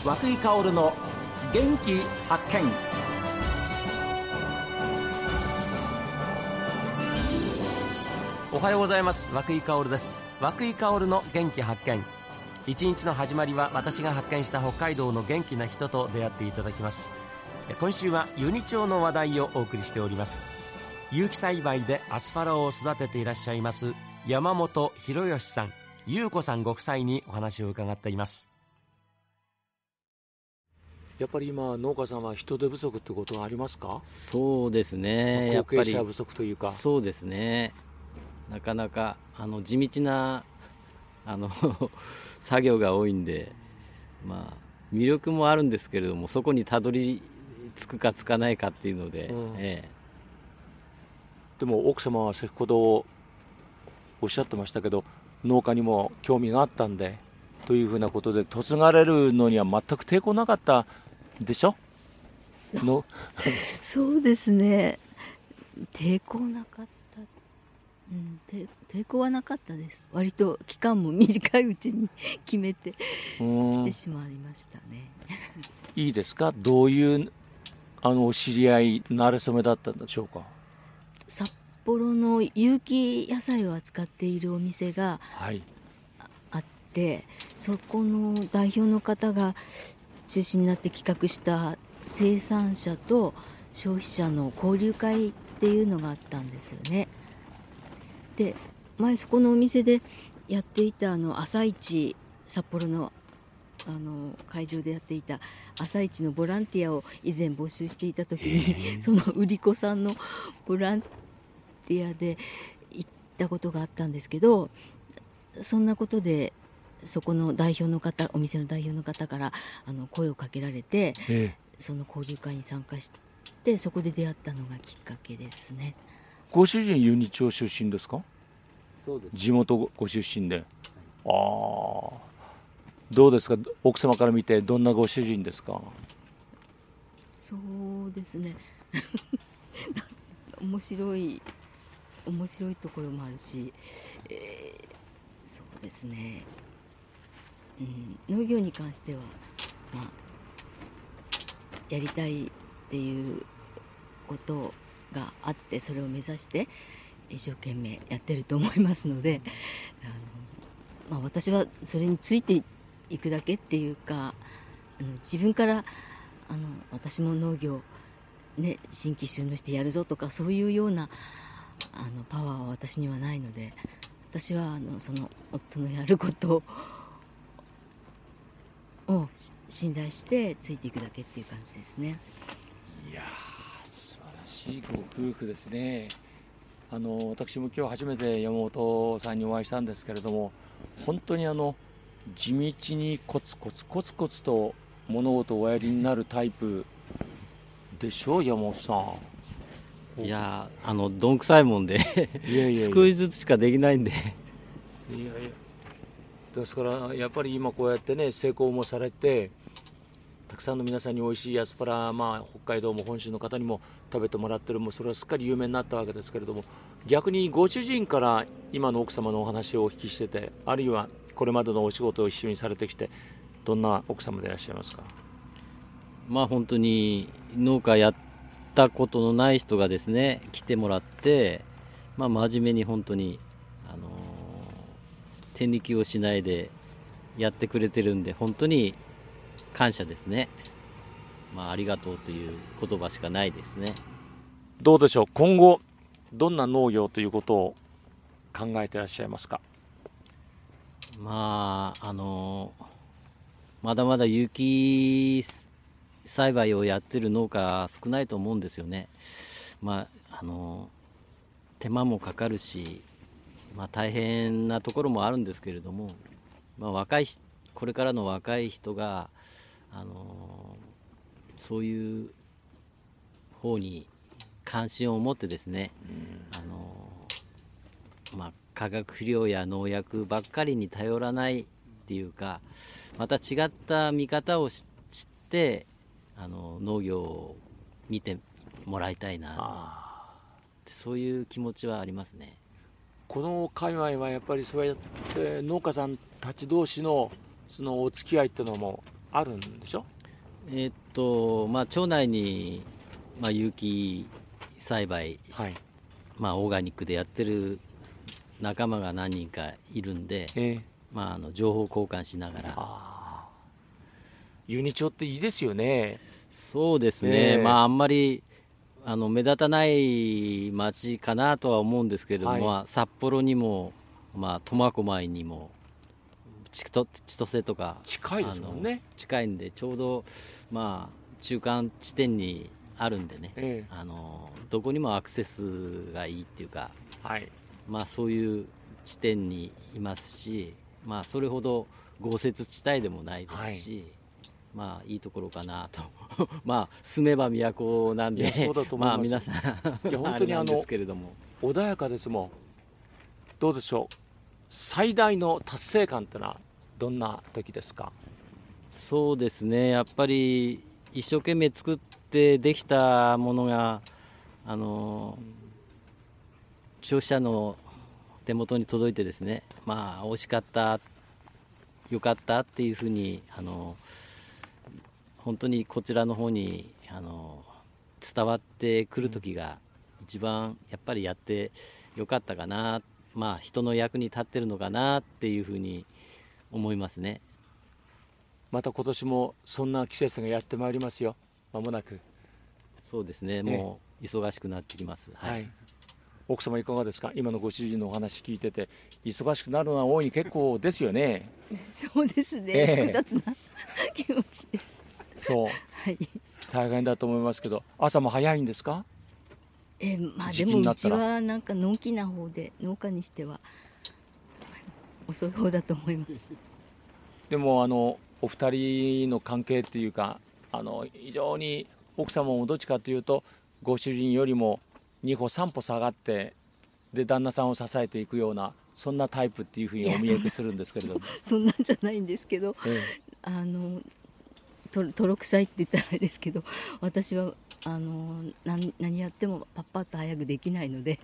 和久井薫の元気発見。おはようございます。和久井薫です。和久井薫の元気発見。一日の始まりは私が発見した北海道の元気な人と出会っていただきます。今週はユニチョウの話題をお送りしております。有機栽培でアスパラを育てていらっしゃいます山本博義さん、優子さんご夫妻にお話を伺っています。やっぱり今農家さんは人手不足ってことはありますか？ そうですね、やっぱり後継者不足というか。 そうですね、なかなか地道な作業が多いんで、魅力もあるんですけれども、そこにたどり着くかつかないかっていうので、 でも奥様は先ほどおっしゃってましたけど、農家にも興味があったんでというふうなことで嫁がれるのには全く抵抗なかったでしょのそうですね、抵抗なかった、抵抗はなかったです。割と期間も短いうちに決めて来てしまいましたね。 いいですか？どういうお知り合い馴れ初めだったんでしょうか？ 札幌の有機野菜を扱っているお店があって、そこの代表の方が中心になって企画した生産者と消費者の交流会っていうのがあったんですよね。で、前そこのお店でやっていた朝市、札幌の会場でやっていた朝市のボランティアを以前募集していた時に、その売り子さんのボランティアで行ったことがあったんですけど、そんなことでそこの代表の方、お店の代表の方から声をかけられて、その交流会に参加して、そこで出会ったのがきっかけですね。 ご主人ユニチョウ出身ですか？ そうです。 地元ご出身で、どうですか？奥様から見てどんなご主人ですか？ そうですね面白いところもあるし、そうですね、農業に関しては、やりたいっていうことがあって、それを目指して一生懸命やってると思いますので、私はそれについていくだけっていうか、自分から私も農業、新規収納してやるぞとか、そういうようなパワーは私にはないので、私はその夫のやることを信頼してついていくだけっていう感じですね。 いやー、素晴らしいご夫婦ですね。私も今日初めて山本さんにお会いしたんですけれども、本当に地道にコツコツと物事をおやりになるタイプでしょ、山本さん。 いやどんくさいもんで少しずつしかできないんで、 ですからやっぱり今こうやってね、成功もされて、たくさんの皆さんに美味しいアスパラ、北海道も本州の方にも食べてもらってる、もうそれはすっかり有名になったわけですけれども、逆にご主人から今の奥様のお話をお聞きしてて、あるいはこれまでのお仕事を一緒にされてきて、どんな奥様でいらっしゃいますか？ 本当に農家やったことのない人がですね、来てもらって、真面目に本当に手抜きをしないでやってくれてるんで、本当に感謝ですね。ありがとうという言葉しかないですね。 どうでしょう、今後どんな農業ということを考えていらっしゃいますか？ まだまだ有機栽培をやってる農家少ないと思うんですよね。手間もかかるし、大変なところもあるんですけれども、これからの若い人がそういう方に関心を持ってですね、化学肥料や農薬ばっかりに頼らないっていうか、また違った見方を知って農業を見てもらいたいな、そういう気持ちはありますね。 この界隈はやっぱりそうやって農家さんたち同士のそのお付き合いっていうのもあるんでしょ。 町内に、有機栽培、 はい、 オーガニックでやってる仲間が何人かいるんで、情報交換しながら。 ユニチョウっていいですよね。 そうですね、あんまり目立たない町かなとは思うんですけれども、札幌にも、苫小牧にも千歳とか近いですもんね。 近いんで、ちょうど、中間地点にあるんでね、どこにもアクセスがいいっていうか、そういう地点にいますし、それほど豪雪地帯でもないですし、いいところかなと住めば都なんで、皆さん本当になんですけれども、 穏やかですもん。どうでしょう、最大の達成感ってのはどんな時ですか。 そうですね、やっぱり一生懸命作ってできたものが消費者の手元に届いてですね、美味しかった、よかったっていうふうに本当にこちらの方に伝わってくる時が一番やっぱりやってよかったかな、人の役に立ってるのかなっていうふうに思いますね。 また今年もそんな季節がやってまいりますよ、間もなく。 そうですね、もう忙しくなってきます。 奥様いかがですか。今のご主人のお話聞いてて、忙しくなるのは大いに結構ですよね。 そうですね、複雑な気持ちです。 そう、大変だと思いますけど、朝も早いんですか。 でもうちはなんかのんきな方で、農家にしては遅い方だと思います。 でもお二人の関係っていうか、非常に奥様もどっちかというとご主人よりも2歩3歩下がって、で旦那さんを支えていくような、そんなタイプっていうふうにお見受けするんですけれども。 そんなんじゃないんですけど、泥臭いって言ったらあれですけど、私は何やってもパッパッと早くできないので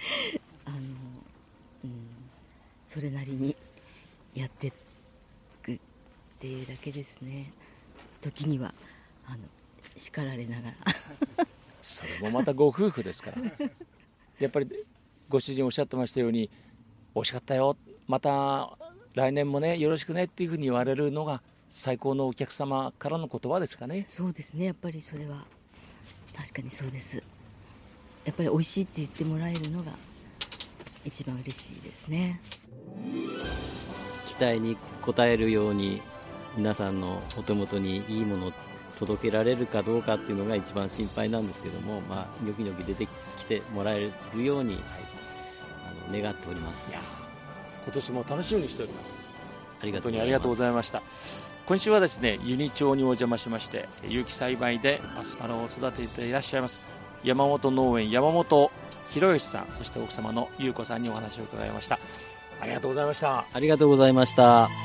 それなりにやっていくっていうだけですね。時には叱られながらそれもまたご夫婦ですからやっぱりご主人おっしゃってましたように、美味しかったよ、また来年もねよろしくねっていうふうに言われるのが最高のお客様からの言葉ですかね。 そうですね、やっぱりそれは確かにそうです。やっぱり美味しいって言ってもらえるのが一番嬉しいですね。 期待に応えるように皆さんのお手元にいいものを届けられるかどうかっていうのが一番心配なんですけども、ニョキニョキ出てきてもらえるように、願っております。 今年も楽しみにしております。 本当にありがとうございました。今週はですね、ユニ町にお邪魔しまして、有機栽培でアスパラを育てていらっしゃいます山本農園山本博義さん、そして奥様の優子さんにお話を伺いました。ありがとうございました。 ありがとうございました。